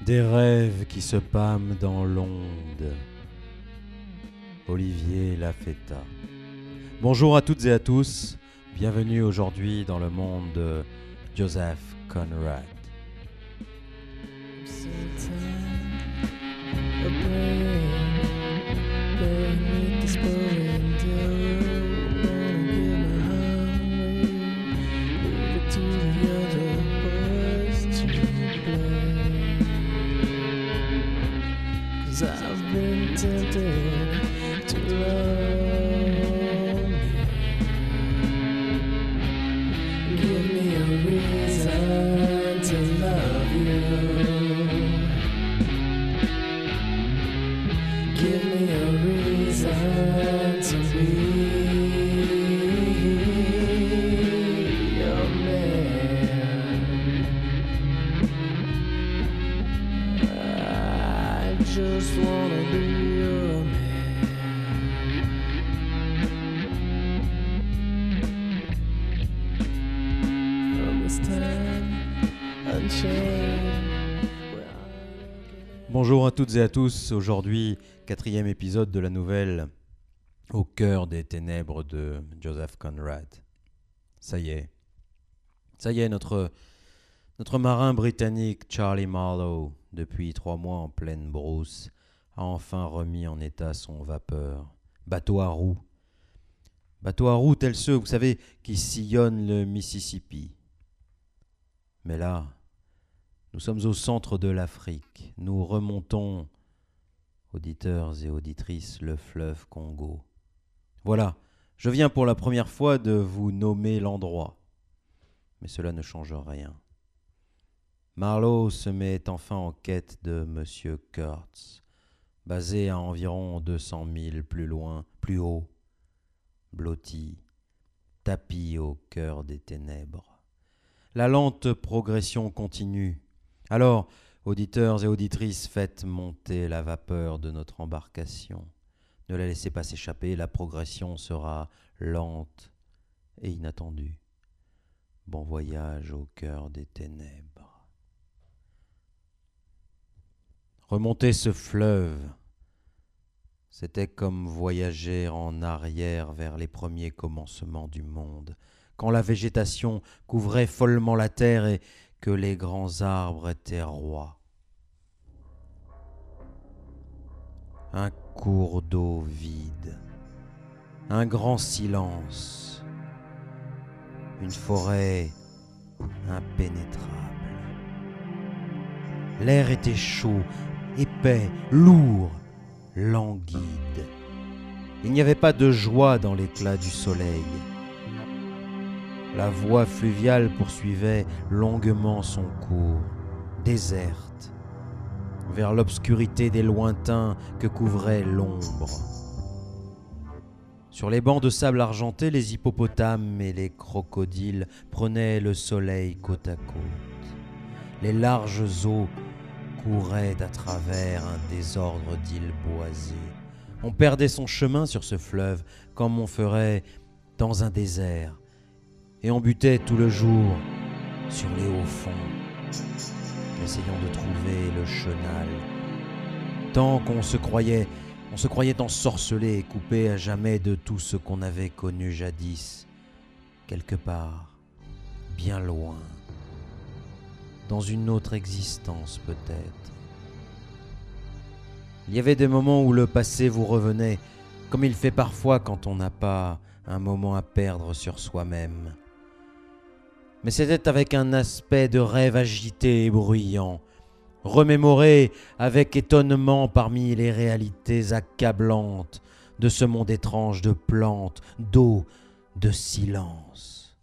Des rêves qui se pâment dans l'onde. Olivier Lafetta. Bonjour à toutes et à tous. Bienvenue aujourd'hui dans le monde de Joseph Conrad. I've been tempted to love you. Give me a reason to love you. Give me a reason to be your man. I just wanna be your man. From this time unchained. Bonjour à toutes et à tous. Aujourd'hui, 4e épisode de la nouvelle Au cœur des ténèbres de Joseph Conrad. Ça y est, notre marin britannique Charlie Marlowe, depuis 3 mois en pleine brousse, a enfin remis en état son vapeur. Bateau à roues tels ceux, vous savez, qui sillonnent le Mississippi. Mais là, nous sommes au centre de l'Afrique. Nous remontons, auditeurs et auditrices, le fleuve Congo. Voilà, je viens pour la première fois de vous nommer l'endroit. Mais cela ne change rien. Marlowe se met enfin en quête de Monsieur Kurtz, basé à environ 200 000 plus loin, plus haut, blotti, tapi au cœur des ténèbres. La lente progression continue. Alors, auditeurs et auditrices, faites monter la vapeur de notre embarcation. Ne la laissez pas s'échapper, la progression sera lente et inattendue. Bon voyage au cœur des ténèbres. Remonter ce fleuve, c'était comme voyager en arrière vers les premiers commencements du monde, quand la végétation couvrait follement la terre et que les grands arbres étaient rois. Un cours d'eau vide, un grand silence, une forêt impénétrable. L'air était chaud, épais, lourd, languide. Il n'y avait pas de joie dans l'éclat du soleil. La voie fluviale poursuivait longuement son cours, déserte, vers l'obscurité des lointains que couvrait l'ombre. Sur les bancs de sable argenté, les hippopotames et les crocodiles prenaient le soleil côte à côte. Les larges eaux couraient à travers un désordre d'îles boisées. On perdait son chemin sur ce fleuve comme on ferait dans un désert, et on butait tout le jour sur les hauts fonds, essayant de trouver le chenal, tant qu'on se croyait ensorcelé et coupé à jamais de tout ce qu'on avait connu jadis, quelque part, bien loin, dans une autre existence peut-être. Il y avait des moments où le passé vous revenait, comme il fait parfois quand on n'a pas un moment à perdre sur soi-même. Mais c'était avec un aspect de rêve agité et bruyant, remémoré avec étonnement parmi les réalités accablantes de ce monde étrange de plantes, d'eau, de silence.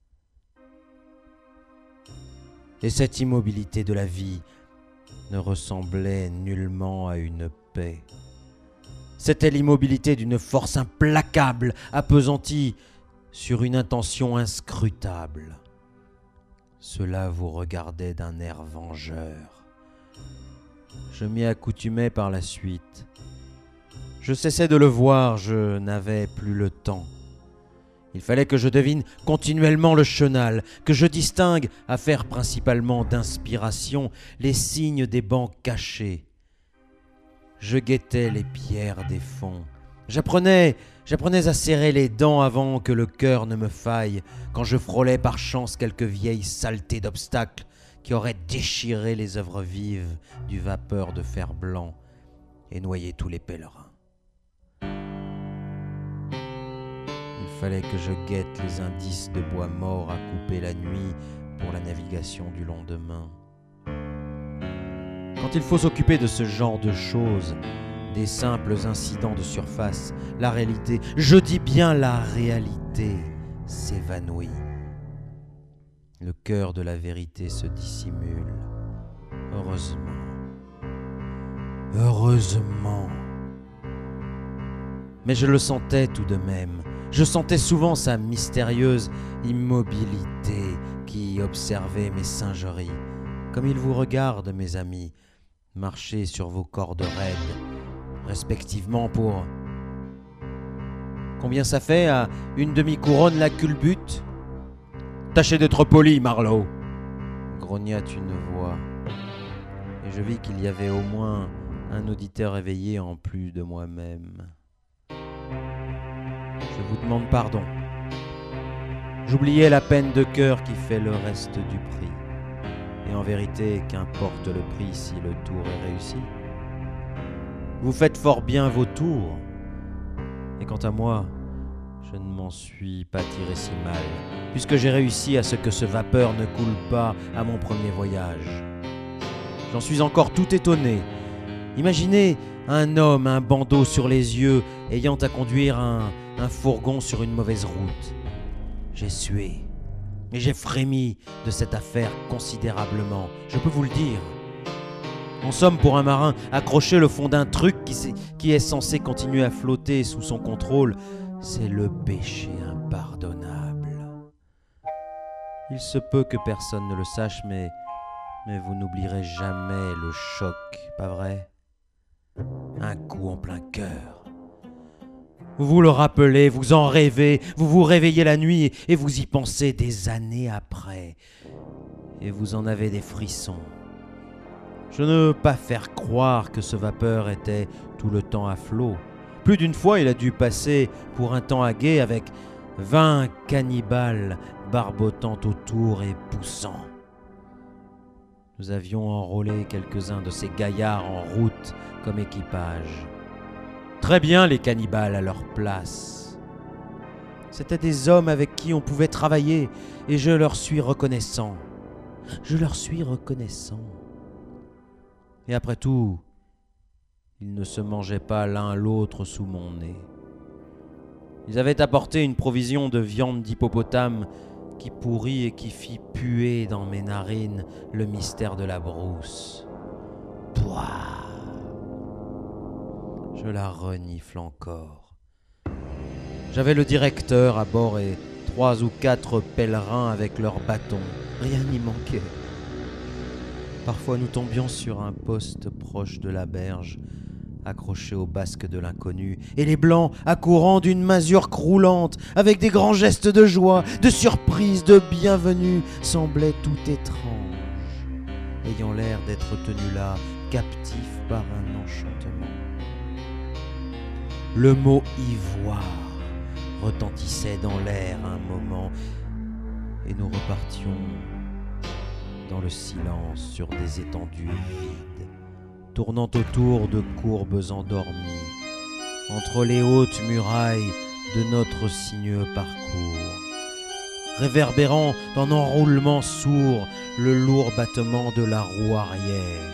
Et cette immobilité de la vie ne ressemblait nullement à une paix. C'était l'immobilité d'une force implacable, appesantie sur une intention inscrutable. Cela vous regardait d'un air vengeur. Je m'y accoutumais par la suite. Je cessais de le voir, je n'avais plus le temps. Il fallait que je devine continuellement le chenal, que je distingue, à faire principalement d'inspiration, les signes des bancs cachés. Je guettais les pierres des fonds. J'apprenais à serrer les dents avant que le cœur ne me faille, quand je frôlais par chance quelques vieilles saletés d'obstacles qui auraient déchiré les œuvres vives du vapeur de fer blanc et noyé tous les pèlerins. Il fallait que je guette les indices de bois mort à couper la nuit pour la navigation du lendemain. Quand il faut s'occuper de ce genre de choses, des simples incidents de surface, la réalité, je dis bien la réalité, s'évanouit. Le cœur de la vérité se dissimule. Heureusement. Heureusement. Mais je le sentais tout de même. Je sentais souvent sa mystérieuse immobilité qui observait mes singeries. Comme il vous regarde, mes amis, marcher sur vos cordes raides, respectivement pour... Combien ça fait à une demi-couronne la culbute ? Tâchez d'être poli, Marlowe, grognat une voix. Et je vis qu'il y avait au moins un auditeur éveillé en plus de moi-même. Je vous demande pardon. J'oubliais la peine de cœur qui fait le reste du prix. Et en vérité, qu'importe le prix si le tour est réussi. Vous faites fort bien vos tours. Et quant à moi, je ne m'en suis pas tiré si mal, puisque j'ai réussi à ce que ce vapeur ne coule pas à mon premier voyage. J'en suis encore tout étonné. Imaginez un homme, un bandeau sur les yeux, ayant à conduire un fourgon sur une mauvaise route. J'ai sué, et j'ai frémi de cette affaire considérablement, je peux vous le dire. En somme, pour un marin, accrocher le fond d'un truc qui est censé continuer à flotter sous son contrôle, c'est le péché impardonnable. Il se peut que personne ne le sache, mais vous n'oublierez jamais le choc, pas vrai ? Un coup en plein cœur. Vous vous le rappelez, vous en rêvez, vous vous réveillez la nuit et vous y pensez des années après. Et vous en avez des frissons. Je ne veux pas faire croire que ce vapeur était tout le temps à flot. Plus d'une fois, il a dû passer pour un temps à gué avec 20 cannibales barbotant autour et poussant. Nous avions enrôlé quelques-uns de ces gaillards en route comme équipage. Très bien les cannibales à leur place. C'étaient des hommes avec qui on pouvait travailler et je leur suis reconnaissant. Je leur suis reconnaissant. Et après tout, ils ne se mangeaient pas l'un l'autre sous mon nez. Ils avaient apporté une provision de viande d'hippopotame qui pourrit et qui fit puer dans mes narines le mystère de la brousse. Pouah ! Je la renifle encore. J'avais le directeur à bord et 3 ou 4 pèlerins avec leurs bâtons. Rien n'y manquait. Parfois nous tombions sur un poste proche de la berge, accroché au basque de l'inconnu, et les blancs, accourant d'une masure croulante, avec des grands gestes de joie, de surprise, de bienvenue, semblaient tout étranges, ayant l'air d'être tenus là, captifs par un enchantement. Le mot ivoire retentissait dans l'air un moment, et nous repartions dans le silence sur des étendues vides, tournant autour de courbes endormies, entre les hautes murailles de notre sinueux parcours, réverbérant en enroulement sourd le lourd battement de la roue arrière.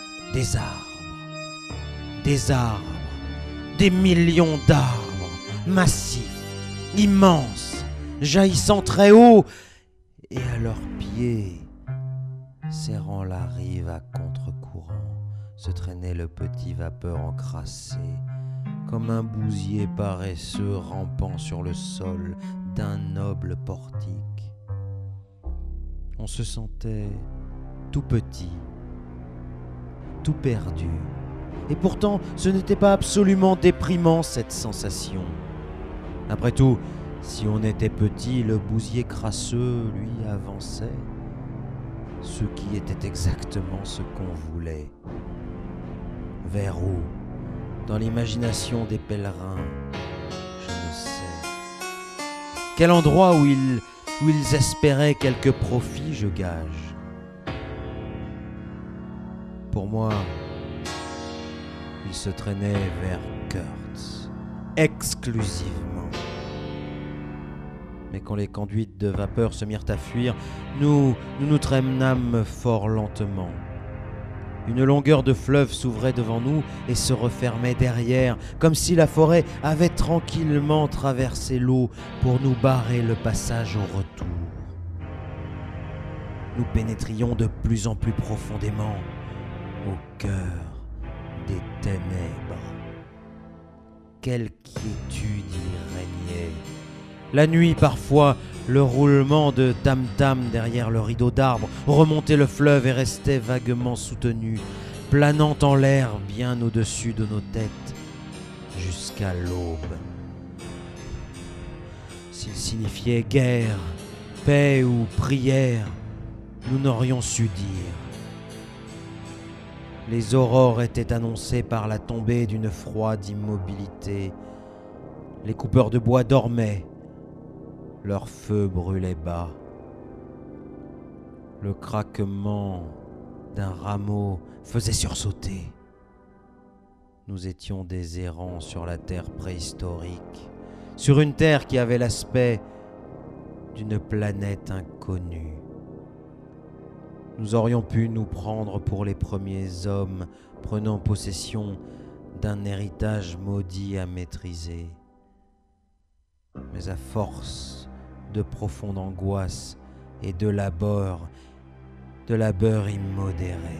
Des arbres, des millions d'arbres, massifs, immenses, jaillissant très haut, et à leurs pieds, serrant la rive à contre-courant, se traînait le petit vapeur encrassé, comme un bousier paresseux rampant sur le sol d'un noble portique. On se sentait tout petit, tout perdu, et pourtant ce n'était pas absolument déprimant cette sensation. Après tout, Si on était petit, le bousier crasseux, lui, avançait, ce qui était exactement ce qu'on voulait. Vers où? Dans l'imagination des pèlerins, je ne sais. Quel endroit où ils espéraient quelques profits, je gage. Pour moi, ils se traînaient vers Kurtz, exclusivement. Mais quand les conduites de vapeur se mirent à fuir, nous traînâmes fort lentement. Une longueur de fleuve s'ouvrait devant nous et se refermait derrière, comme si la forêt avait tranquillement traversé l'eau pour nous barrer le passage au retour. Nous pénétrions de plus en plus profondément au cœur des ténèbres. Quelle quiétude y régnait. La nuit, parfois, le roulement de tam-tam derrière le rideau d'arbres remontait le fleuve et restait vaguement soutenu, planant en l'air bien au-dessus de nos têtes, jusqu'à l'aube. S'il signifiait guerre, paix ou prière, nous n'aurions su dire. Les aurores étaient annoncées par la tombée d'une froide immobilité. Les coupeurs de bois dormaient. Leur feu brûlait bas. Le craquement d'un rameau faisait sursauter. Nous étions des errants sur la terre préhistorique, sur une terre qui avait l'aspect d'une planète inconnue. Nous aurions pu nous prendre pour les premiers hommes prenant possession d'un héritage maudit à maîtriser. Mais à force de profonde angoisse et de labeur immodéré.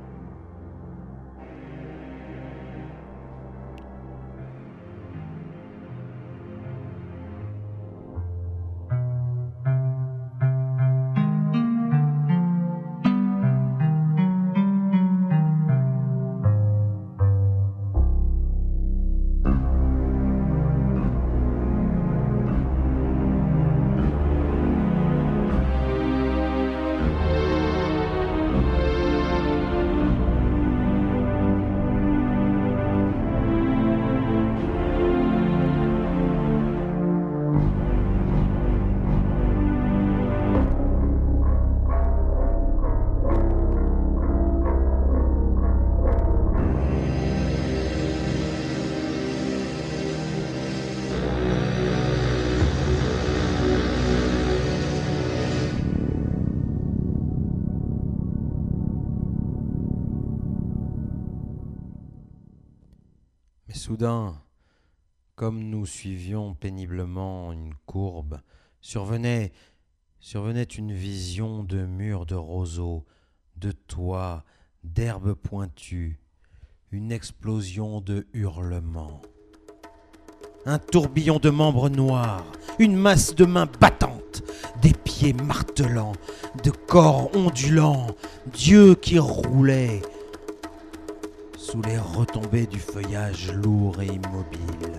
Soudain, comme nous suivions péniblement une courbe, survenait une vision de murs de roseaux, de toits, d'herbes pointues, une explosion de hurlements. Un tourbillon de membres noirs, une masse de mains battantes, des pieds martelants, de corps ondulants, d'yeux qui roulaient sous les retombées du feuillage lourd et immobile.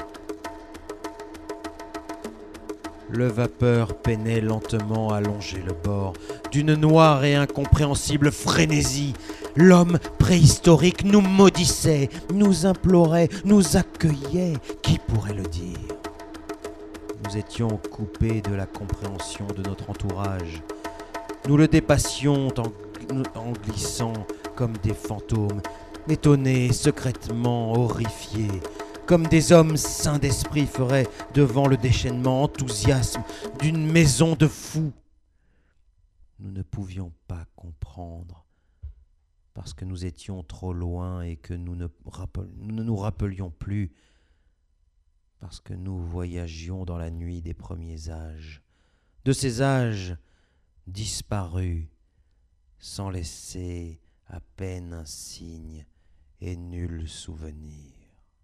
Le vapeur peinait lentement à longer le bord d'une noire et incompréhensible frénésie. L'homme préhistorique nous maudissait, nous implorait, nous accueillait. Qui pourrait le dire? Nous étions coupés de la compréhension de notre entourage. Nous le dépassions en glissant comme des fantômes, étonnés, secrètement horrifiés, comme des hommes sains d'esprit feraient devant le déchaînement enthousiasme d'une maison de fous. Nous ne pouvions pas comprendre, parce que nous étions trop loin et que nous ne nous rappelions plus, parce que nous voyagions dans la nuit des premiers âges, de ces âges disparus, sans laisser à peine un signe et nul souvenir.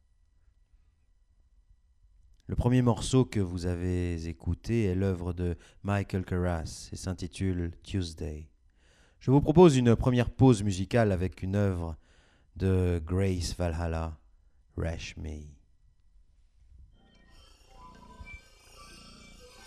Le premier morceau que vous avez écouté est l'œuvre de Michael Carrass et s'intitule Tuesday. Je vous propose une première pause musicale avec une œuvre de Grace Valhalla, Rush Me.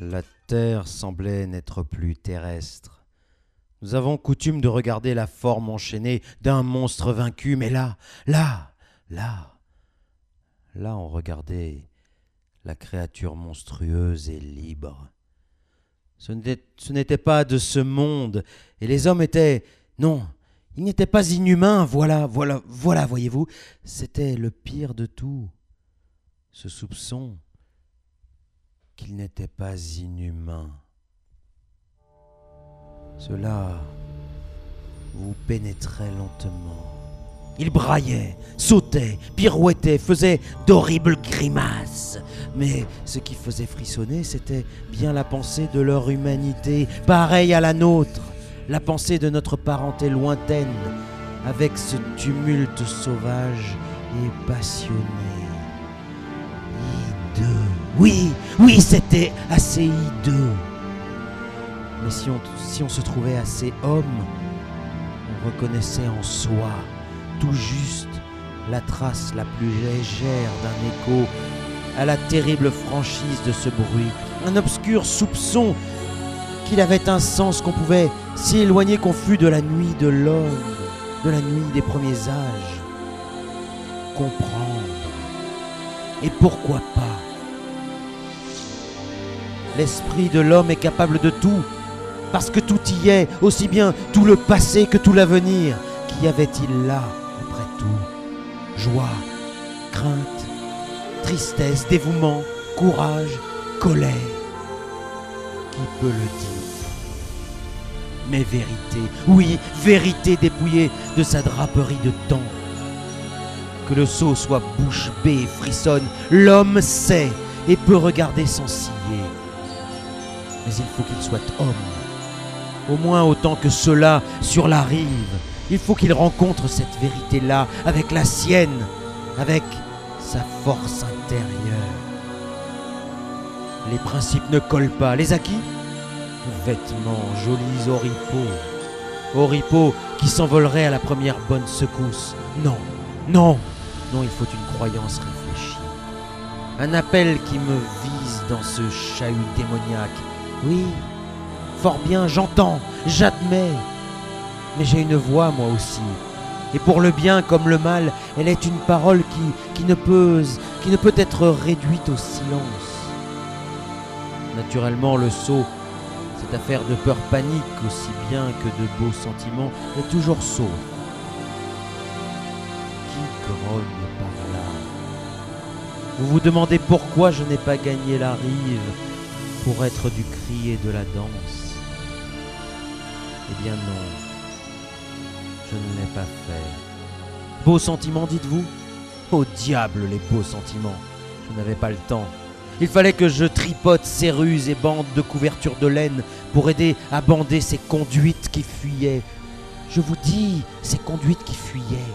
La terre semblait n'être plus terrestre. Nous avons coutume de regarder la forme enchaînée d'un monstre vaincu, mais là, on regardait la créature monstrueuse et libre. Ce n'était pas de ce monde, et les hommes étaient... Non, ils n'étaient pas inhumains, voilà, voyez-vous. C'était le pire de tout, ce soupçon qu'il n'était pas inhumain. Cela vous pénétrait lentement. Il braillait, sautait, pirouettait, faisait d'horribles grimaces. Mais ce qui faisait frissonner, c'était bien la pensée de leur humanité, pareille à la nôtre, la pensée de notre parenté lointaine, avec ce tumulte sauvage et passionné. Hideux, oui, c'était assez hideux. Mais si on se trouvait assez homme, on reconnaissait en soi tout juste la trace la plus légère d'un écho à la terrible franchise de ce bruit, un obscur soupçon qu'il avait un sens qu'on pouvait si éloigner qu'on fût de la nuit de l'homme, de la nuit des premiers âges. Comprendre. Et pourquoi pas? L'esprit de l'homme est capable de tout, parce que tout y est, aussi bien tout le passé que tout l'avenir. Qu'y avait-il là, après tout? Joie, crainte, tristesse, dévouement, courage, colère. Qui peut le dire? Mais vérité, oui, vérité dépouillée de sa draperie de temps. Que le sceau soit bouche bée et frissonne, l'homme sait et peut regarder sans ciller. Mais il faut qu'il soit homme, au moins autant que ceux-là sur la rive. Il faut qu'il rencontre cette vérité-là avec la sienne, avec sa force intérieure. Les principes ne collent pas. Les acquis? Vêtements, jolis oripeaux qui s'envoleraient à la première bonne secousse. Non, il faut une croyance réfléchie. Un appel qui me vise dans ce chahut démoniaque. Oui, fort bien, j'entends, j'admets. Mais j'ai une voix, moi aussi. Et pour le bien comme le mal, elle est une parole qui ne peut être réduite au silence. Naturellement, le sot, cette affaire de peur panique aussi bien que de beaux sentiments, est toujours sauf. Qui grogne par là? Vous vous demandez pourquoi je n'ai pas gagné la rive pour être du cri et de la danse? Eh bien non, je ne l'ai pas fait. Beaux sentiments, dites-vous? Au diable les beaux sentiments, je n'avais pas le temps. Il fallait que je tripote ces ruses et bandes de couverture de laine pour aider à bander ces conduites qui fuyaient. Je vous dis, ces conduites qui fuyaient.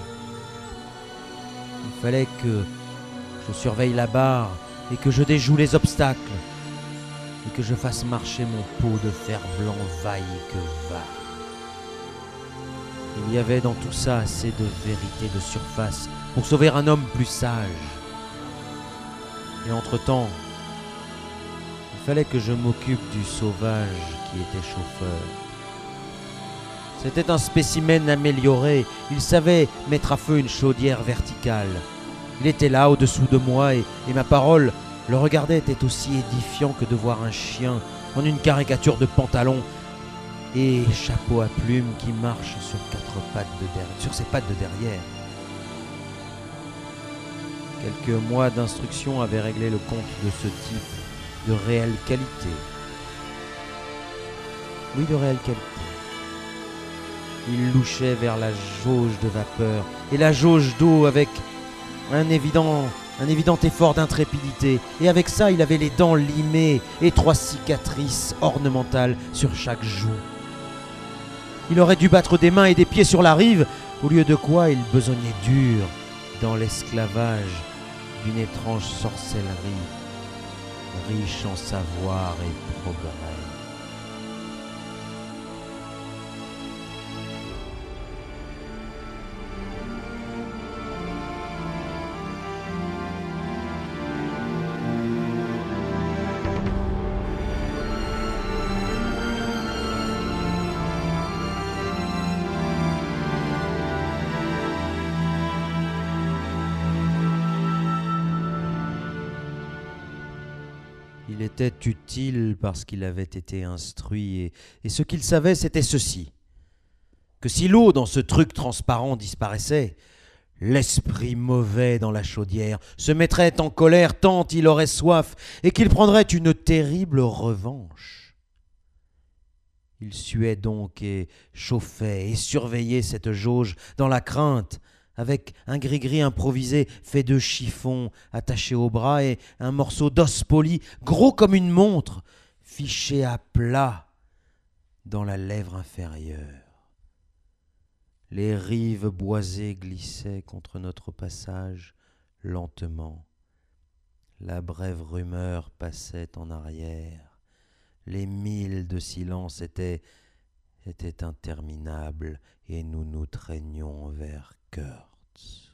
Il fallait que je surveille la barre et que je déjoue les obstacles et que je fasse marcher mon pot de fer blanc vaille que va. Il y avait dans tout ça assez de vérité de surface pour sauver un homme plus sage. Et entre-temps, il fallait que je m'occupe du sauvage qui était chauffeur. C'était un spécimen amélioré. Il savait mettre à feu une chaudière verticale. Il était là, au-dessous de moi, et ma parole le regardait était aussi édifiant que de voir un chien en une caricature de pantalon et chapeau à plumes qui marche sur ses pattes de derrière. Quelques mois d'instruction avaient réglé le compte de ce type de réelle qualité. Oui, de réelle qualité. Il louchait vers la jauge de vapeur et la jauge d'eau avec un évident effort d'intrépidité. Et avec ça, il avait les dents limées et 3 cicatrices ornementales sur chaque joue. Il aurait dû battre des mains et des pieds sur la rive, au lieu de quoi il besognait dur dans l'esclavage d'une étrange sorcellerie, riche en savoir et progrès. Il était utile parce qu'il avait été instruit, et ce qu'il savait, c'était ceci, que si l'eau dans ce truc transparent disparaissait, l'esprit mauvais dans la chaudière se mettrait en colère tant il aurait soif, et qu'il prendrait une terrible revanche. Il suait donc et chauffait et surveillait cette jauge dans la crainte, avec un gris-gris improvisé fait de chiffon attaché au bras et un morceau d'os poli, gros comme une montre, fiché à plat dans la lèvre inférieure. Les rives boisées glissaient contre notre passage lentement. La brève rumeur passait en arrière. Les milles de silence étaient interminables et nous nous traînions vers Kurtz.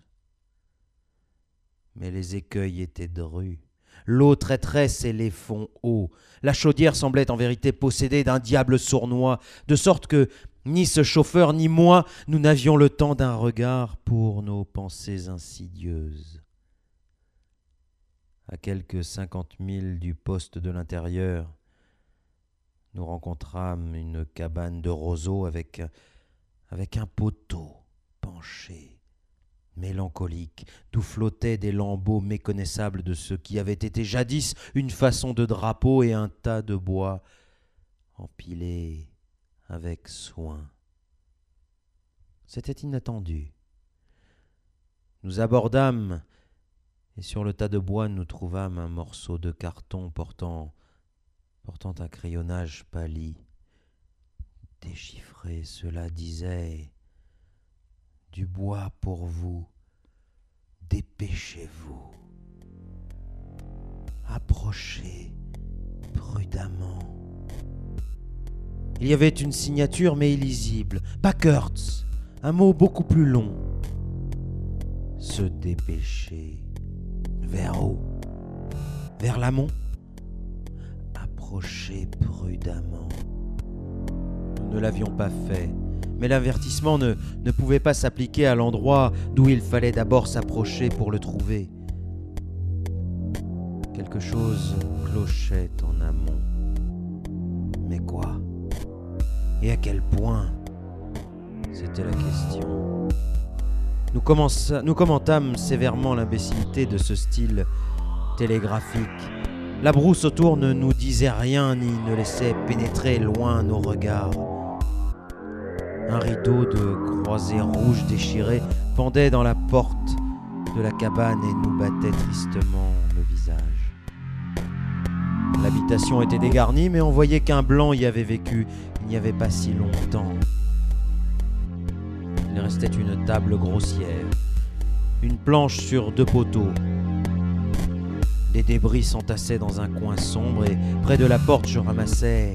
Mais les écueils étaient drus. L'eau traîtresse et les fonds hauts. La chaudière semblait en vérité possédée d'un diable sournois, de sorte que ni ce chauffeur ni moi, nous n'avions le temps d'un regard pour nos pensées insidieuses. À quelques 50 milles du poste de l'intérieur, nous rencontrâmes une cabane de roseaux avec un poteau penché, mélancolique, d'où flottaient des lambeaux méconnaissables de ce qui avait été jadis une façon de drapeau et un tas de bois empilés avec soin. C'était inattendu. Nous abordâmes, et sur le tas de bois nous trouvâmes un morceau de carton portant un crayonnage pâli. Déchiffré, cela disait « Du bois pour vous, dépêchez-vous. Approchez prudemment. » Il y avait une signature mais illisible, pas Kurtz, un mot beaucoup plus long. Se dépêcher. Vers où? Vers l'amont? Approchez prudemment. Nous ne l'avions pas fait, mais l'avertissement ne pouvait pas s'appliquer à l'endroit d'où il fallait d'abord s'approcher pour le trouver. Quelque chose clochait en amont. Mais quoi? Et à quel point? C'était la question. Nous commentâmes sévèrement l'imbécilité de ce style télégraphique. La brousse autour ne nous disait rien ni ne laissait pénétrer loin nos regards. Un rideau de croisées rouges déchirées pendait dans la porte de la cabane et nous battait tristement le visage. L'habitation était dégarnie, mais on voyait qu'un blanc y avait vécu il n'y avait pas si longtemps. Il restait une table grossière, une planche sur 2 poteaux. Des débris s'entassaient dans un coin sombre et près de la porte je ramassais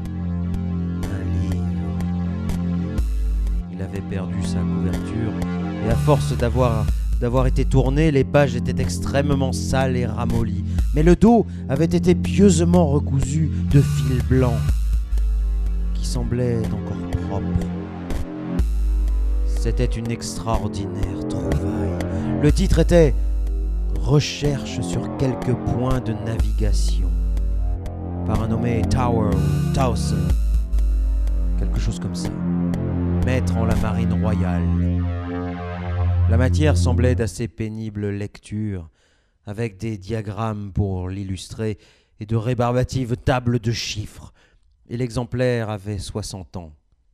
un livre. Il avait perdu sa couverture et à force d'avoir été tourné, les pages étaient extrêmement sales et ramollies. Mais le dos avait été pieusement recousu de fils blancs qui semblaient encore propres. C'était une extraordinaire trouvaille. Le titre était « Recherche sur quelques points de navigation » par un nommé Tower ou Towson, quelque chose comme ça, maître en la marine royale. La matière semblait d'assez pénible lecture, avec des diagrammes pour l'illustrer et de rébarbatives tables de chiffres, et l'exemplaire avait 60 ans.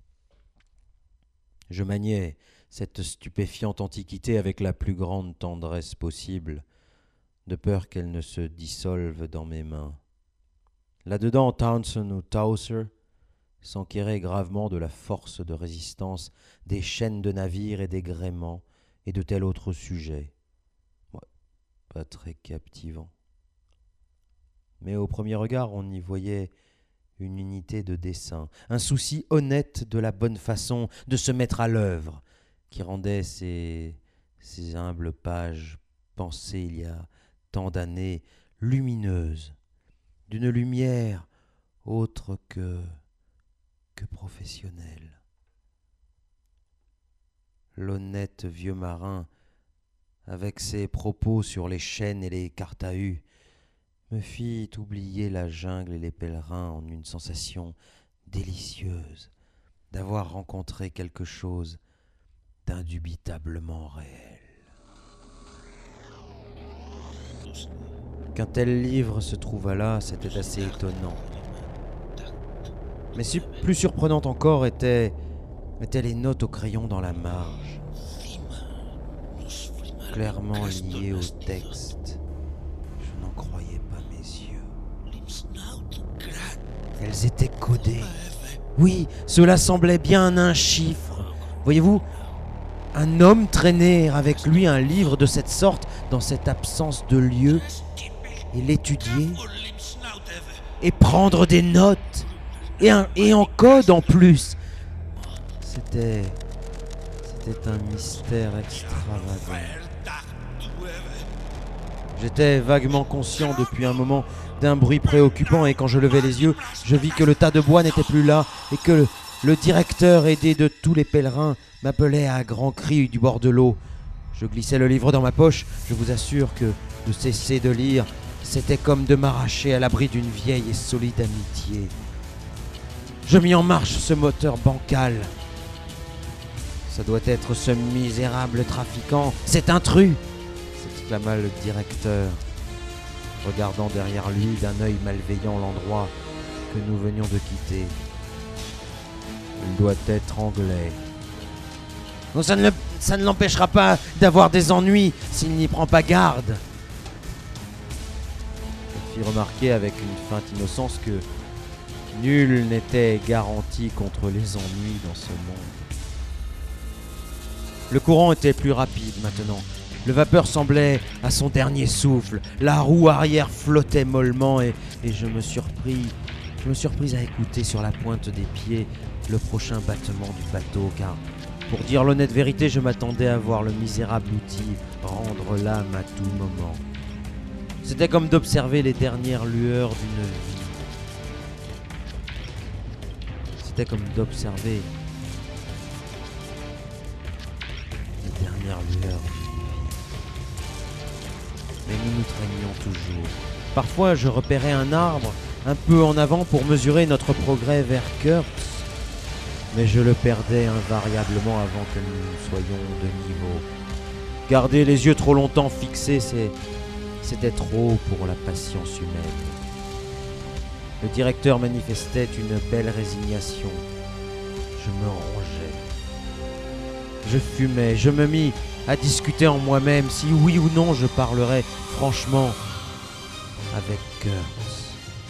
Je maniais cette stupéfiante antiquité avec la plus grande tendresse possible, de peur qu'elle ne se dissolve dans mes mains. Là-dedans, Towson ou Towser s'enquérait gravement de la force de résistance des chaînes de navires et des gréements et de tel autre sujet. Ouais, pas très captivant. Mais au premier regard, on y voyait une unité de dessin, un souci honnête de la bonne façon de se mettre à l'œuvre, qui rendait ces humbles pages pensées il y a tant d'années lumineuses, d'une lumière autre que professionnelle. L'honnête vieux marin, avec ses propos sur les chaînes et les cartahus, me fit oublier la jungle et les pèlerins en une sensation délicieuse d'avoir rencontré quelque chose d'indubitablement réel. Qu'un tel livre se trouvât là, c'était assez étonnant. Mais plus surprenante encore étaient les notes au crayon dans la marge, clairement liées au texte. Je n'en croyais pas mes yeux. Elles étaient codées. Oui, cela semblait bien un chiffre. Voyez-vous, un homme traîner avec lui un livre de cette sorte, dans cette absence de lieu, et l'étudier, et prendre des notes, et en code en plus. C'était un mystère extravagant. J'étais vaguement conscient depuis un moment d'un bruit préoccupant, et quand je levai les yeux, je vis que le tas de bois n'était plus là, et que le directeur, aidé de tous les pèlerins, m'appelait à grands cris du bord de l'eau. Je glissai le livre dans ma poche. Je vous assure que de cesser de lire, c'était comme de m'arracher à l'abri d'une vieille et solide amitié. Je mis en marche ce moteur bancal. Ça doit être ce misérable trafiquant, cet intrus, s'exclama le directeur, regardant derrière lui d'un œil malveillant l'endroit que nous venions de quitter. Il doit être anglais. Non, ça ne l'empêchera pas d'avoir des ennuis s'il n'y prend pas garde. Je fit remarquer avec une feinte innocence que nul n'était garanti contre les ennuis dans ce monde. Le courant était plus rapide maintenant. Le vapeur semblait à son dernier souffle. La roue arrière flottait mollement et je me surpris à écouter sur la pointe des pieds le prochain battement du bateau, car, pour dire l'honnête vérité, je m'attendais à voir le misérable outil rendre l'âme à tout moment. C'était comme d'observer les dernières lueurs d'une vie. C'était comme d'observer les dernières lueurs d'une vie. Mais nous nous traînions toujours. Parfois, je repérais un arbre un peu en avant pour mesurer notre progrès vers Kurtz, mais je le perdais invariablement avant que nous soyons de niveau. Garder les yeux trop longtemps fixés, c'était trop pour la patience humaine. Le directeur manifestait une belle résignation. Je me rongeais. Je fumais. Je me mis à discuter en moi-même si oui ou non je parlerais franchement avec Kurtz.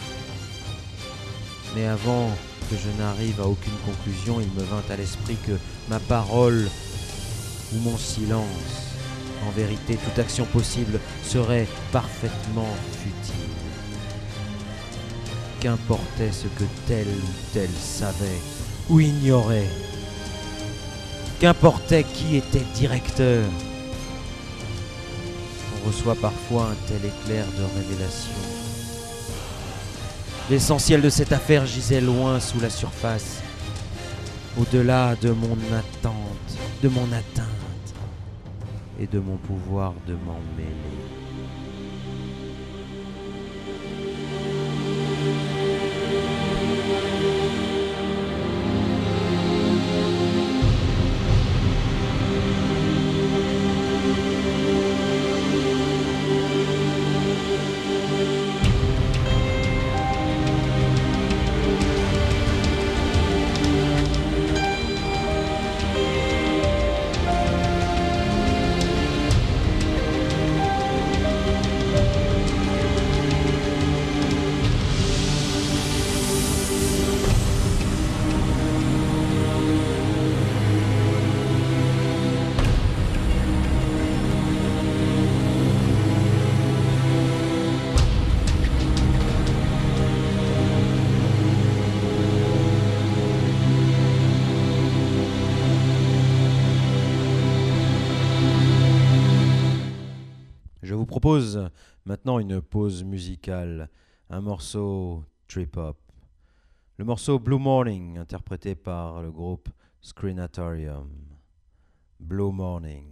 Mais avant que je n'arrive à aucune conclusion, il me vint à l'esprit que ma parole ou mon silence, en vérité, toute action possible serait parfaitement futile. Qu'importait ce que tel ou tel savait ou ignorait. Qu'importait qui était directeur. On reçoit parfois un tel éclair de révélation. L'essentiel de cette affaire gisait loin sous la surface, au-delà de mon attente, de mon atteinte et de mon pouvoir de m'en mêler. Je vous propose maintenant une pause musicale, un morceau trip-hop. Le morceau Blue Morning, interprété par le groupe Screenatorium. Blue Morning.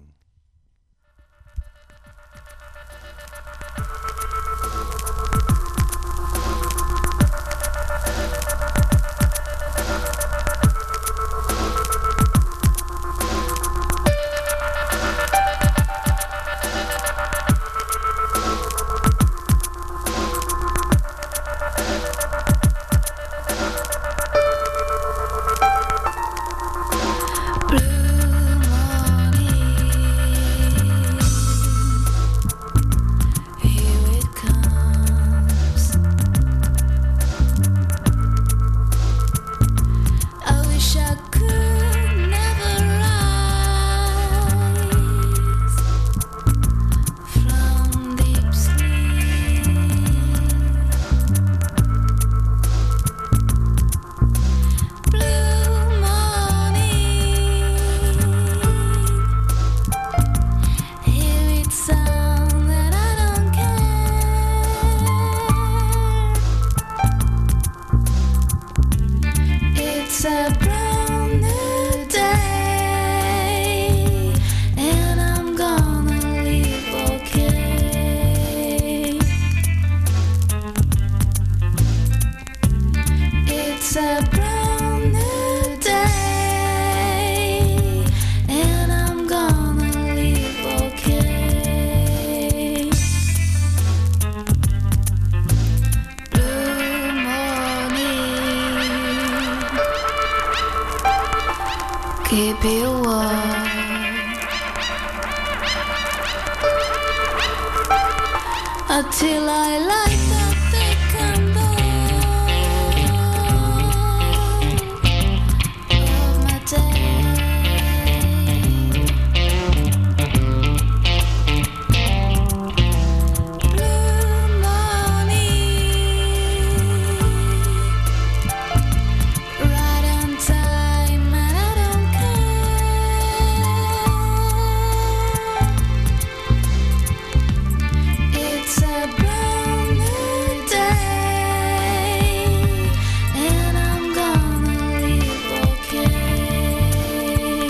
keep you warm until I light up the candle of my day. Blue morning, right on time, and I don't care. It's a brand new day, and I'm gonna live okay.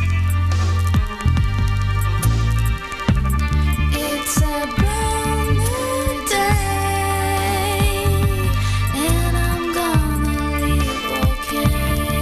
It's a brand new day, and I'm gonna live okay.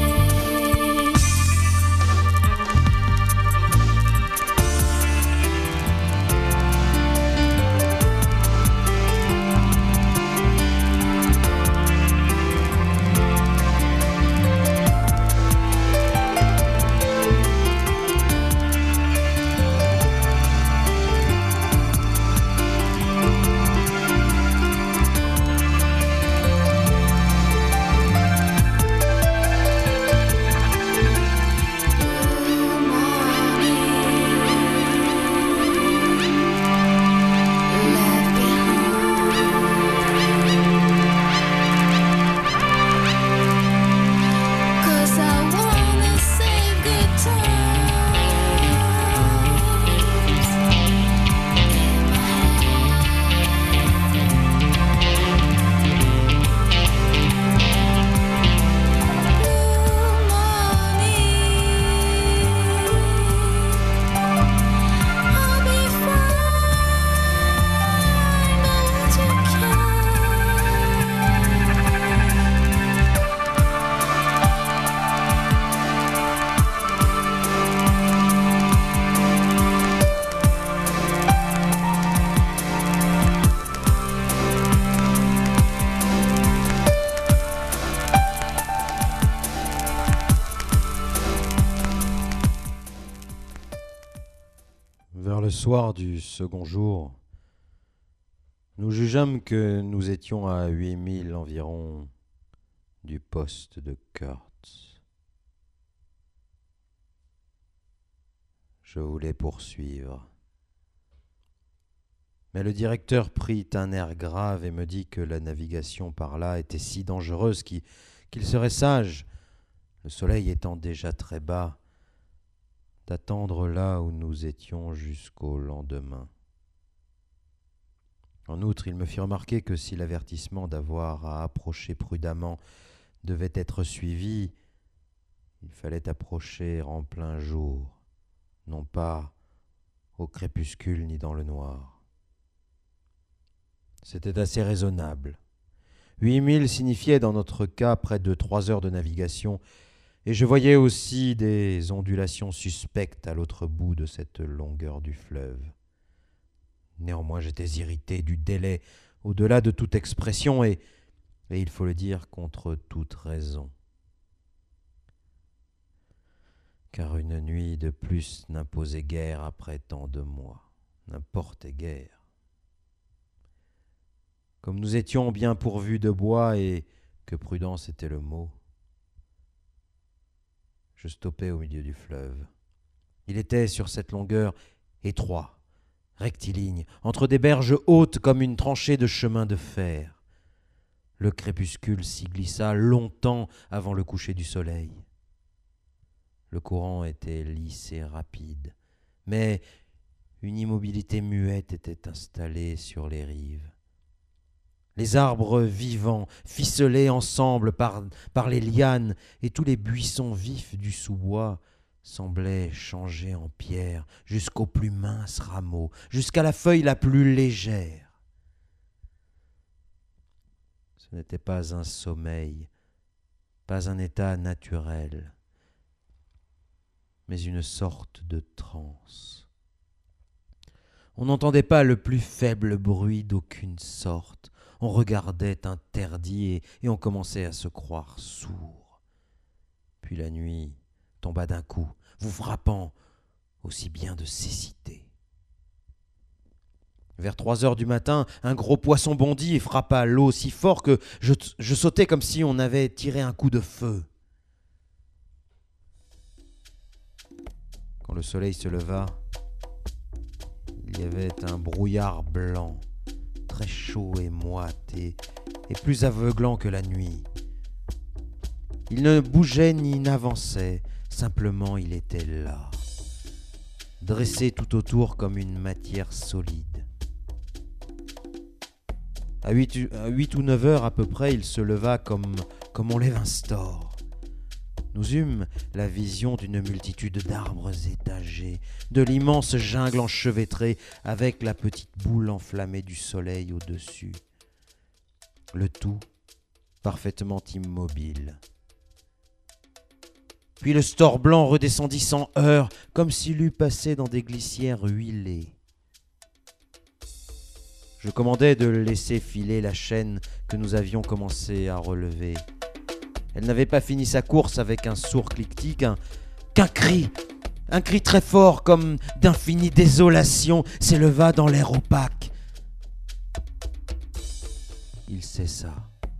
Cause I wanna save good times in my blue morning. I'll be fine, but you can't. Vers le soir du second jour, nous jugeâmes que nous étions à 8000 environ du poste de Kurtz. Je voulais poursuivre. Mais le directeur prit un air grave et me dit que la navigation par là était si dangereuse qu'il serait sage, le soleil étant déjà très bas, d'attendre là où nous étions jusqu'au lendemain. En outre, il me fit remarquer que si l'avertissement d'avoir à approcher prudemment devait être suivi, il fallait approcher en plein jour, non pas au crépuscule ni dans le noir. C'était assez raisonnable. 8000 signifiait dans notre cas près de 3 heures de navigation, et je voyais aussi des ondulations suspectes à l'autre bout de cette longueur du fleuve. Néanmoins, j'étais irrité du délai au-delà de toute expression et il faut le dire contre toute raison. Car une nuit de plus n'imposait guère après tant de mois, n'importait guère. Comme nous étions bien pourvus de bois et que prudence était le mot, je stoppai au milieu du fleuve. Il était sur cette longueur étroit, rectiligne, entre des berges hautes comme une tranchée de chemin de fer. Le crépuscule s'y glissa longtemps avant le coucher du soleil. Le courant était lisse et rapide, mais une immobilité muette était installée sur les rives. Les arbres vivants, ficelés ensemble par les lianes, et tous les buissons vifs du sous-bois semblaient changer en pierre jusqu'aux plus minces rameaux, jusqu'à la feuille la plus légère. Ce n'était pas un sommeil, pas un état naturel, mais une sorte de transe. On n'entendait pas le plus faible bruit d'aucune sorte. On regardait interdit et on commençait à se croire sourd. Puis la nuit retomba d'un coup, vous frappant aussi bien de cécité. Vers 3 heures du matin, un gros poisson bondit et frappa l'eau si fort que je sautais comme si on avait tiré un coup de feu. Quand le soleil se leva, il y avait un brouillard blanc, très chaud et moite et plus aveuglant que la nuit. Il ne bougeait ni n'avançait, simplement il était là, dressé tout autour comme une matière solide. À 8 ou 9 heures à peu près, il se leva comme on lève un store. Nous eûmes la vision d'une multitude d'arbres étagés, de l'immense jungle enchevêtrée, avec la petite boule enflammée du soleil au-dessus. Le tout parfaitement immobile. Puis le store blanc redescendit sans heurts, comme s'il eût passé dans des glissières huilées. Je commandai de laisser filer la chaîne que nous avions commencé à relever. Elle n'avait pas fini sa course avec un sourd cliquetis qu'un cri très fort comme d'infinie désolation s'éleva dans l'air opaque. Il cessa.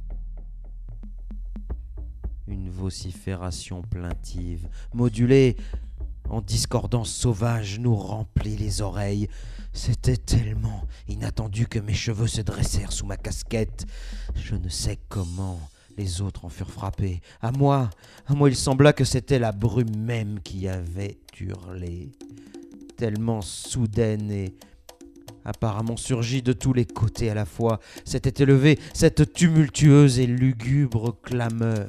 Une vocifération plaintive, modulée en discordance sauvage, nous remplit les oreilles. C'était tellement inattendu que mes cheveux se dressèrent sous ma casquette. Je ne sais comment les autres en furent frappés. À moi, il sembla que c'était la brume même qui avait hurlé, tellement soudaine et apparemment surgie de tous les côtés à la fois. S'était élevée cette tumultueuse et lugubre clameur.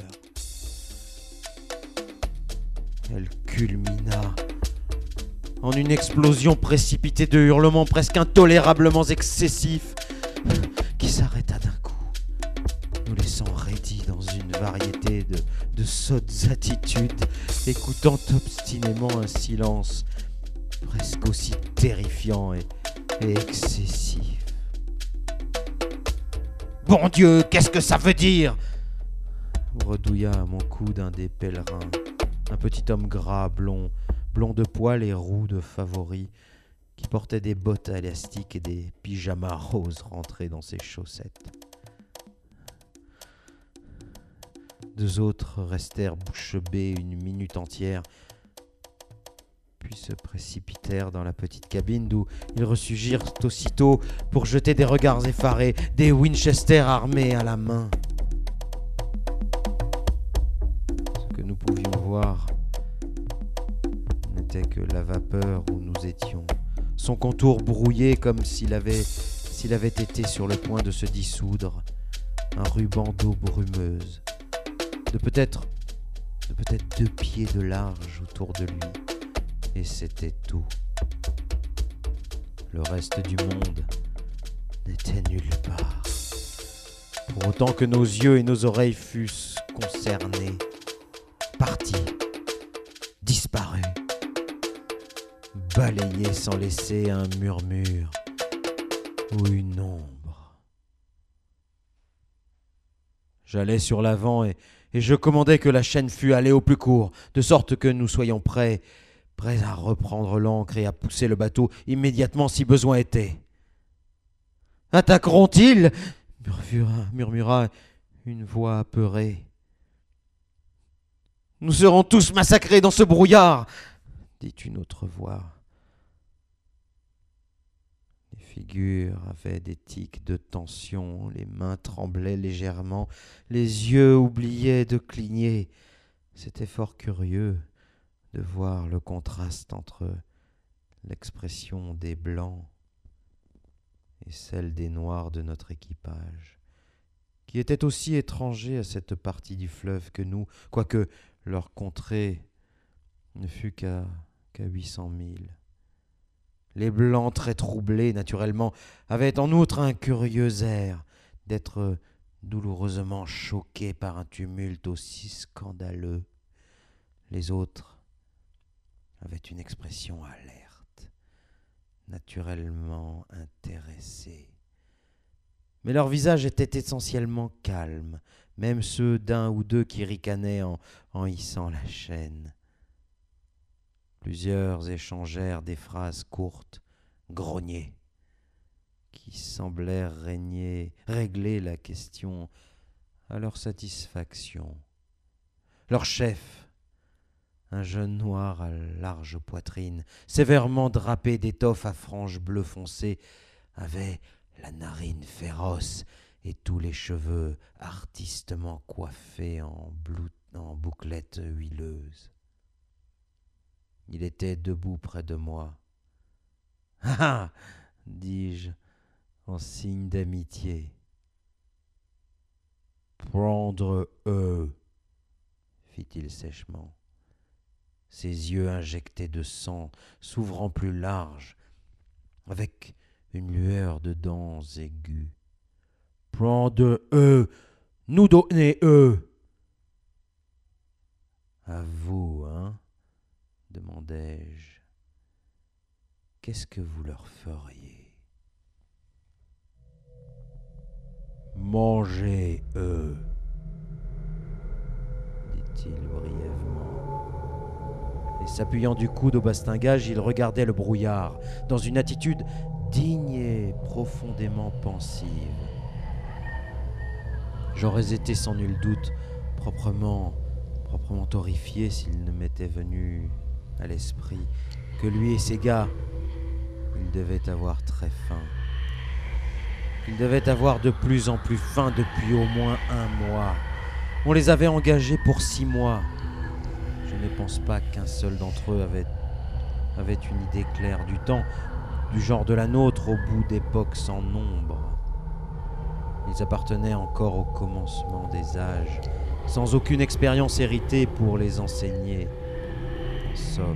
Elle culmina en une explosion précipitée de hurlements presque intolérablement excessifs qui s'arrêta d'un coup, nous laissant raidis dans une variété de sottes attitudes, écoutant obstinément un silence presque aussi terrifiant et excessif. « Bon Dieu, qu'est-ce que ça veut dire ?» redouilla à mon coude un des pèlerins, un petit homme gras, blond de poils et roux de favoris, qui portait des bottes à élastique et des pyjamas roses rentrés dans ses chaussettes. 2 autres restèrent bouche bée une minute entière, puis se précipitèrent dans la petite cabine d'où ils ressurgirent aussitôt pour jeter des regards effarés, des Winchester armés à la main. Ce que nous pouvions voir n'était que la vapeur où nous étions, son contour brouillé comme s'il avait été sur le point de se dissoudre, un ruban d'eau brumeuse, de peut-être 2 pieds de large autour de lui, et c'était tout. Le reste du monde n'était nulle part, pour autant que nos yeux et nos oreilles fussent concernés, partis, disparus, balayés sans laisser un murmure ou une ombre. J'allais sur l'avant et je commandais que la chaîne fût allée au plus court, de sorte que nous soyons prêts à reprendre l'ancre et à pousser le bateau immédiatement si besoin était. « Attaqueront-ils » murmura une voix apeurée. « Nous serons tous massacrés dans ce brouillard » dit une autre voix. Les figures avaient des tics de tension, les mains tremblaient légèrement, les yeux oubliaient de cligner. C'était fort curieux de voir le contraste entre l'expression des blancs et celle des noirs de notre équipage, qui étaient aussi étrangers à cette partie du fleuve que nous, quoique leur contrée ne fût qu'à 800 milles. Les blancs, très troublés naturellement, avaient en outre un curieux air d'être douloureusement choqués par un tumulte aussi scandaleux. Les autres avaient une expression alerte, naturellement intéressée. Mais leurs visages étaient essentiellement calmes, même ceux d'un ou deux qui ricanaient en hissant la chaîne. Plusieurs échangèrent des phrases courtes, grognées, qui semblèrent régler la question à leur satisfaction. Leur chef, un jeune noir à large poitrine, sévèrement drapé d'étoffe à franges bleu foncé, avait la narine féroce et tous les cheveux artistement coiffés en bouclettes huileuses. Il était debout près de moi. « Ah ah !» dis-je en signe d'amitié. « Prendre eux !» fit-il sèchement, ses yeux injectés de sang s'ouvrant plus larges, avec une lueur de dents aiguës. « Prendre eux ! Nous donner eux !»« À vous, hein ?» demandai-je. « Qu'est-ce que vous leur feriez ?»« Mangez eux !» dit-il brièvement. Et s'appuyant du coude au bastingage, il regardait le brouillard, dans une attitude digne et profondément pensive. J'aurais été sans nul doute proprement horrifié s'il ne m'était venu à l'esprit que lui et ses gars, ils devaient avoir très faim. Ils devaient avoir de plus en plus faim depuis au moins 1 mois. On les avait engagés pour 6 mois. Je ne pense pas qu'un seul d'entre eux avait une idée claire du temps, du genre de la nôtre au bout d'époques sans nombre. Ils appartenaient encore au commencement des âges, sans aucune expérience héritée pour les enseigner. En somme.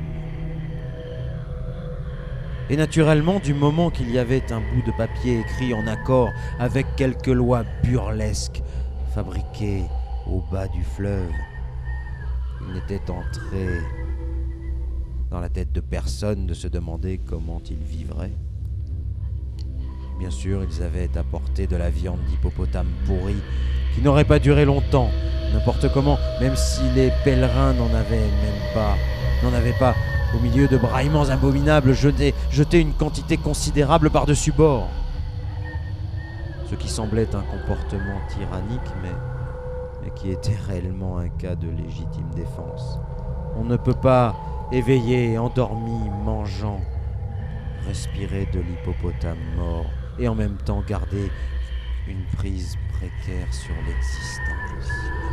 Et naturellement, du moment qu'il y avait un bout de papier écrit en accord avec quelques lois burlesques fabriquées au bas du fleuve, il n'était entré dans la tête de personne de se demander comment ils vivraient. Bien sûr, ils avaient apporté de la viande d'hippopotame pourrie qui n'aurait pas duré longtemps, n'importe comment, même si les pèlerins n'en avaient pas, au milieu de braillements abominables, jeté une quantité considérable par-dessus bord. Ce qui semblait un comportement tyrannique, mais qui était réellement un cas de légitime défense. On ne peut pas éveillé, endormi, mangeant, respirer de l'hippopotame mort et en même temps garder une prise précaire sur l'existence.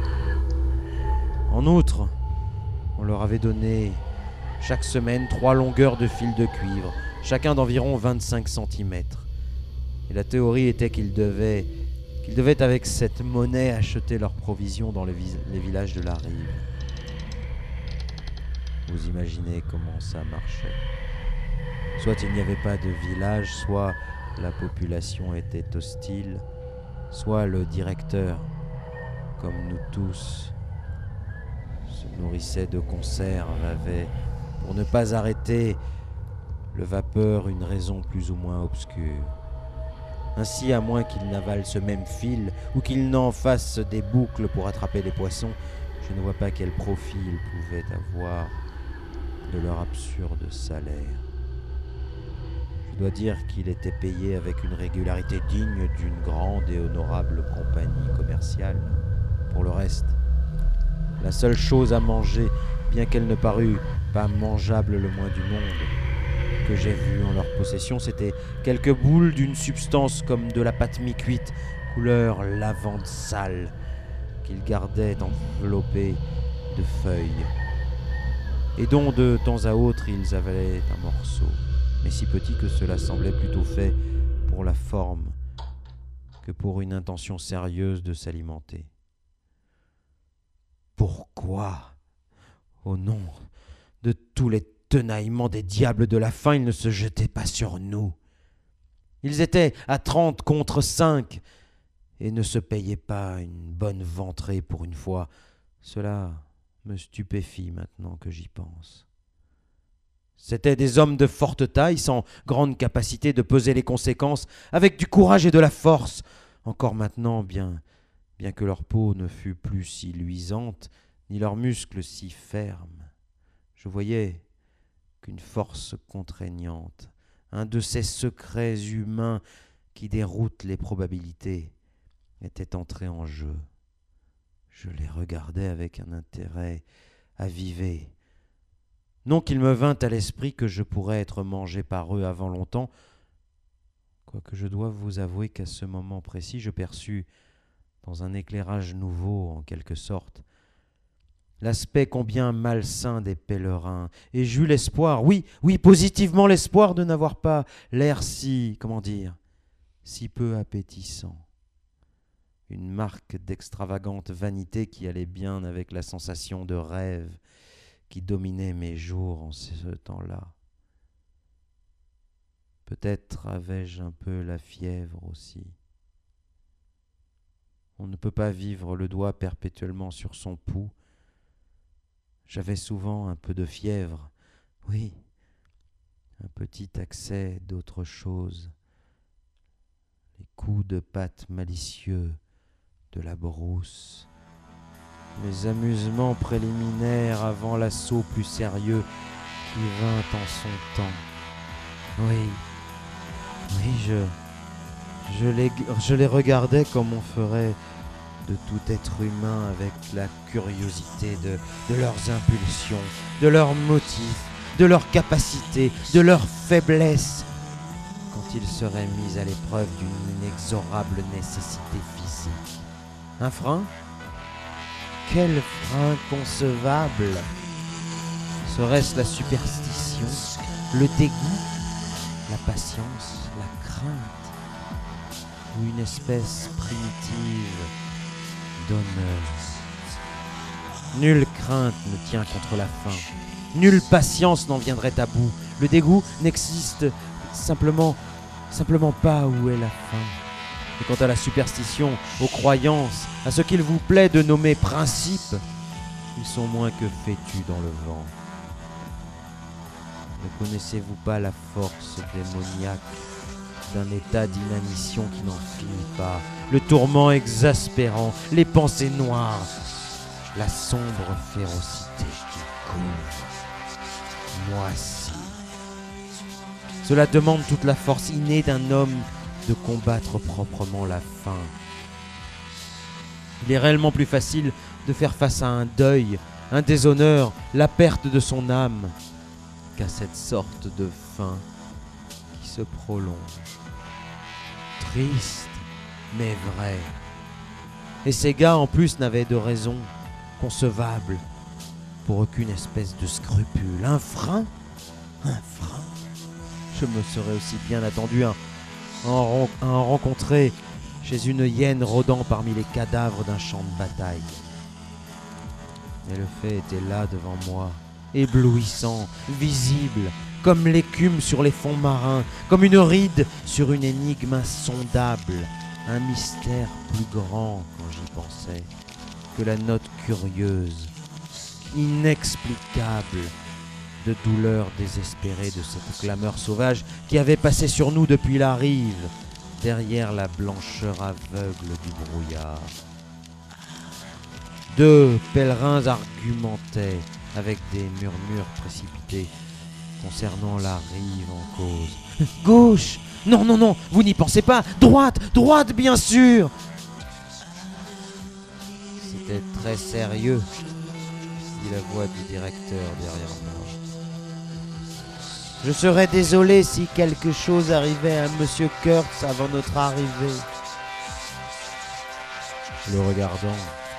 En outre, on leur avait donné chaque semaine 3 longueurs de fil de cuivre, chacun d'environ 25 cm. Et la théorie était qu'ils devaient avec cette monnaie acheter leurs provisions dans les villages de la rive. Vous imaginez comment ça marchait. Soit il n'y avait pas de village, soit la population était hostile, soit le directeur, comme nous tous, se nourrissait de conserves, avait, pour ne pas arrêter le vapeur, une raison plus ou moins obscure. Ainsi, à moins qu'il n'avale ce même fil ou qu'il n'en fasse des boucles pour attraper les poissons, je ne vois pas quel profit ils pouvaient avoir de leur absurde salaire. Je dois dire qu'il était payé avec une régularité digne d'une grande et honorable compagnie commerciale. Pour le reste, la seule chose à manger, bien qu'elle ne parût pas mangeable le moins du monde, que j'ai vue en leur possession, c'était quelques boules d'une substance comme de la pâte mi-cuite, couleur lavande sale, qu'ils gardaient enveloppées de feuilles, et dont de temps à autre ils avalaient un morceau, mais si petit que cela semblait plutôt fait pour la forme que pour une intention sérieuse de s'alimenter. Pourquoi, au nom de tous les tenaillements des diables de la faim, ils ne se jetaient pas sur nous? Ils étaient à 30 contre 5 et ne se payaient pas une bonne ventrée pour une fois. Cela me stupéfie maintenant que j'y pense. C'étaient des hommes de forte taille, sans grande capacité de peser les conséquences, avec du courage et de la force. Encore maintenant, bien que leur peau ne fût plus si luisante, ni leurs muscles si fermes. Je voyais qu'une force contraignante, un de ces secrets humains qui déroutent les probabilités, était entré en jeu. Je les regardais avec un intérêt avivé. Non qu'il me vînt à l'esprit que je pourrais être mangé par eux avant longtemps, quoique je doive vous avouer qu'à ce moment précis, je perçus, dans un éclairage nouveau en quelque sorte, l'aspect combien malsain des pèlerins, et j'eus l'espoir, oui, positivement l'espoir de n'avoir pas l'air si, si peu appétissant. Une marque d'extravagante vanité qui allait bien avec la sensation de rêve qui dominait mes jours en ce temps-là. Peut-être avais-je un peu la fièvre aussi. On ne peut pas vivre le doigt perpétuellement sur son pouls. J'avais souvent un peu de fièvre, oui, un petit accès d'autre chose, les coups de patte malicieux de la brousse, les amusements préliminaires avant l'assaut plus sérieux qui vint en son temps. Oui, je les regardais comme on ferait de tout être humain avec la curiosité de leurs impulsions, de leurs motifs, de leurs capacités, de leurs faiblesses, quand ils seraient mis à l'épreuve d'une inexorable nécessité physique. Un frein ? Quel frein concevable ? Serait-ce la superstition, le dégoût, la patience, la crainte, ou une espèce primitive d'honneur ? Nulle crainte ne tient contre la faim, nulle patience n'en viendrait à bout. Le dégoût n'existe simplement pas où est la faim. Et quant à la superstition, aux croyances, à ce qu'il vous plaît de nommer principes, ils sont moins que fétus dans le vent. Ne connaissez-vous pas la force démoniaque d'un état d'inanition qui n'en finit pas, le tourment exaspérant, les pensées noires, la sombre férocité qui couvre, moisie. Cela demande toute la force innée d'un homme de combattre proprement la faim. Il est réellement plus facile de faire face à un deuil, un déshonneur, la perte de son âme, qu'à cette sorte de faim qui se prolonge. Triste, mais vrai. Et ces gars, en plus, n'avaient de raison concevable pour aucune espèce de scrupule. Un frein ? Je me serais aussi bien attendu à en rencontrer chez une hyène rôdant parmi les cadavres d'un champ de bataille. Mais le fait était là devant moi, éblouissant, visible, comme l'écume sur les fonds marins, comme une ride sur une énigme insondable, un mystère plus grand quand j'y pensais que la note curieuse, inexplicable, de douleur désespérée de cette clameur sauvage qui avait passé sur nous depuis la rive, derrière la blancheur aveugle du brouillard. Deux pèlerins argumentaient avec des murmures précipités concernant la rive en cause. « Gauche ! Non, vous n'y pensez pas ! Droite, bien sûr !» C'était très sérieux, dit la voix du directeur derrière moi. Je serais désolé si quelque chose arrivait à Monsieur Kurtz avant notre arrivée. Le regardant,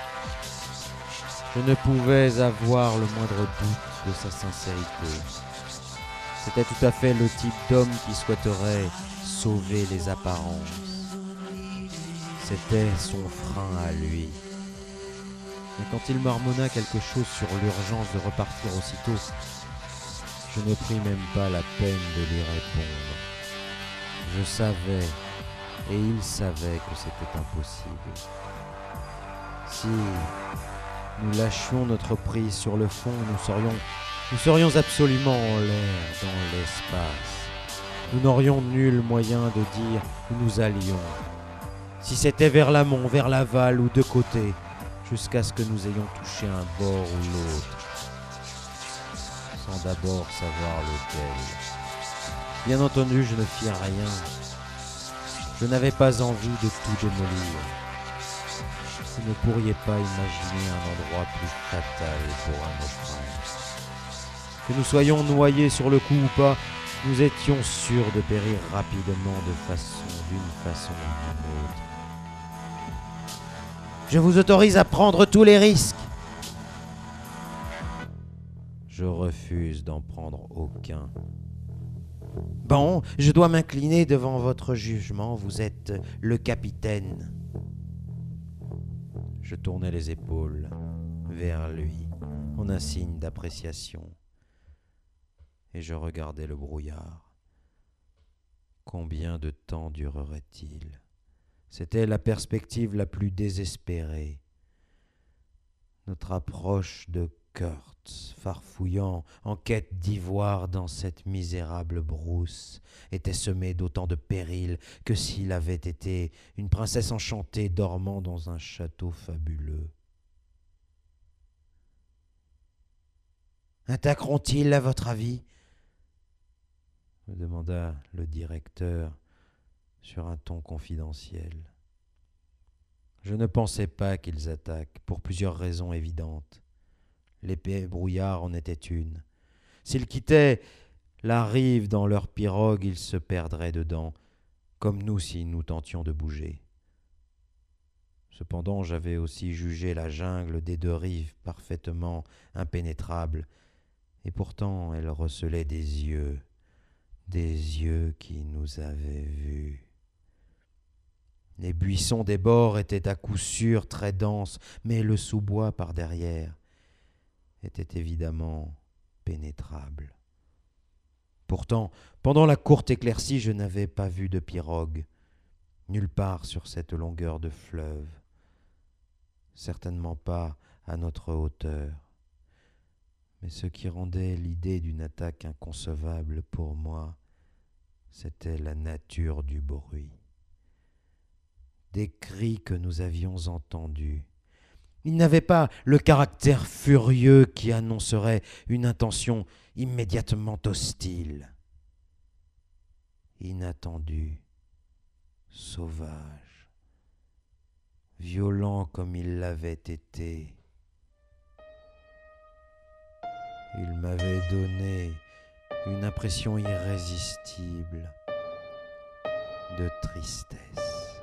je ne pouvais avoir le moindre doute de sa sincérité. C'était tout à fait le type d'homme qui souhaiterait sauver les apparences. C'était son frein à lui. Mais quand il marmonna quelque chose sur l'urgence de repartir aussitôt, je ne pris même pas la peine de lui répondre. Je savais, et il savait que c'était impossible. Si nous lâchions notre prise sur le fond, nous serions absolument en l'air, dans l'espace. Nous n'aurions nul moyen de dire où nous allions. Si c'était vers l'amont, vers l'aval ou de côté, jusqu'à ce que nous ayons touché un bord ou l'autre. sans d'abord savoir lequel. Bien entendu, je ne fis rien. Je n'avais pas envie de tout démolir. Vous ne pourriez pas imaginer un endroit plus fatal pour un naufrage. Que nous soyons noyés sur le coup ou pas, nous étions sûrs de périr rapidement d'une façon ou d'une autre. Je vous autorise à prendre tous les risques. Je refuse d'en prendre aucun. Bon, je dois m'incliner devant votre jugement, vous êtes le capitaine. Je tournai les épaules vers lui en un signe d'appréciation et je regardais le brouillard. Combien de temps durerait-il ? C'était la perspective la plus désespérée. Notre approche de Kurtz, farfouillant en quête d'ivoire dans cette misérable brousse, était semée d'autant de périls que s'il avait été une princesse enchantée dormant dans un château fabuleux. Attaqueront-ils, à votre avis ? Me demanda le directeur sur un ton confidentiel. Je ne pensais pas qu'ils attaquent, pour plusieurs raisons évidentes. L'épais brouillard en était une. S'ils quittaient la rive dans leur pirogue, ils se perdraient dedans, comme nous si nous tentions de bouger. Cependant, j'avais aussi jugé la jungle des deux rives parfaitement impénétrable, et pourtant elle recelait des yeux qui nous avaient vus. Les buissons des bords étaient à coup sûr très denses, mais le sous-bois par derrière était évidemment pénétrable. Pourtant, pendant la courte éclaircie, je n'avais pas vu de pirogue, nulle part sur cette longueur de fleuve, certainement pas à notre hauteur. Mais ce qui rendait l'idée d'une attaque inconcevable pour moi, c'était la nature du bruit. Des cris que nous avions entendus. Ils n'avaient pas le caractère furieux qui annoncerait une intention immédiatement hostile. Inattendu, sauvage, violent comme il l'avait été. Il m'avait donné une impression irrésistible de tristesse.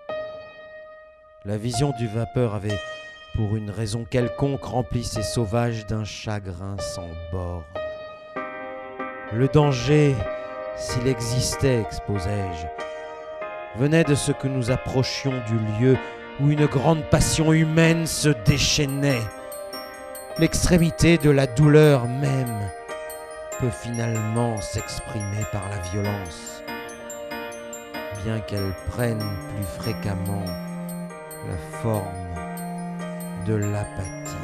La vision du vapeur avait, pour une raison quelconque, rempli ces sauvages d'un chagrin sans borne. Le danger, s'il existait, exposai-je, venait de ce que nous approchions du lieu où une grande passion humaine se déchaînait. L'extrémité de la douleur même peut finalement s'exprimer par la violence, bien qu'elle prenne plus fréquemment la forme de l'apathie.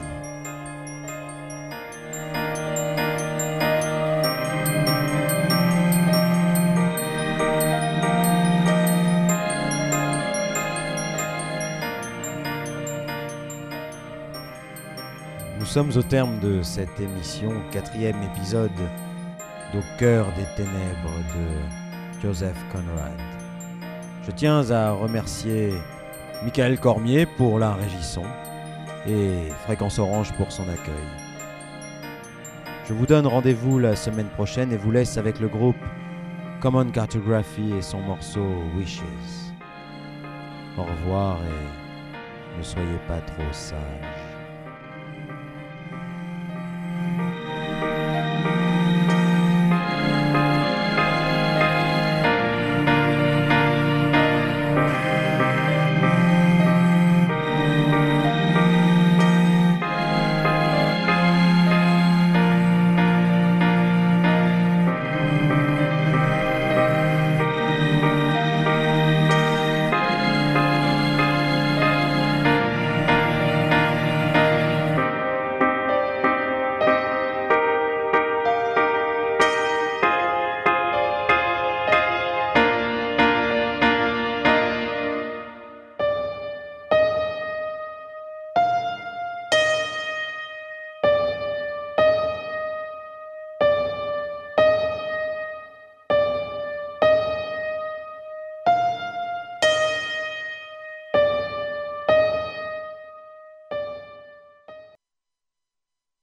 Nous sommes au terme de cette émission, 4e épisode d'Au cœur des ténèbres de Joseph Conrad. Je tiens à remercier Michael Cormier pour la régie son et Fréquence Orange pour son accueil. Je vous donne rendez-vous la semaine prochaine et vous laisse avec le groupe Common Cartography et son morceau Wishes. Au revoir et ne soyez pas trop sages.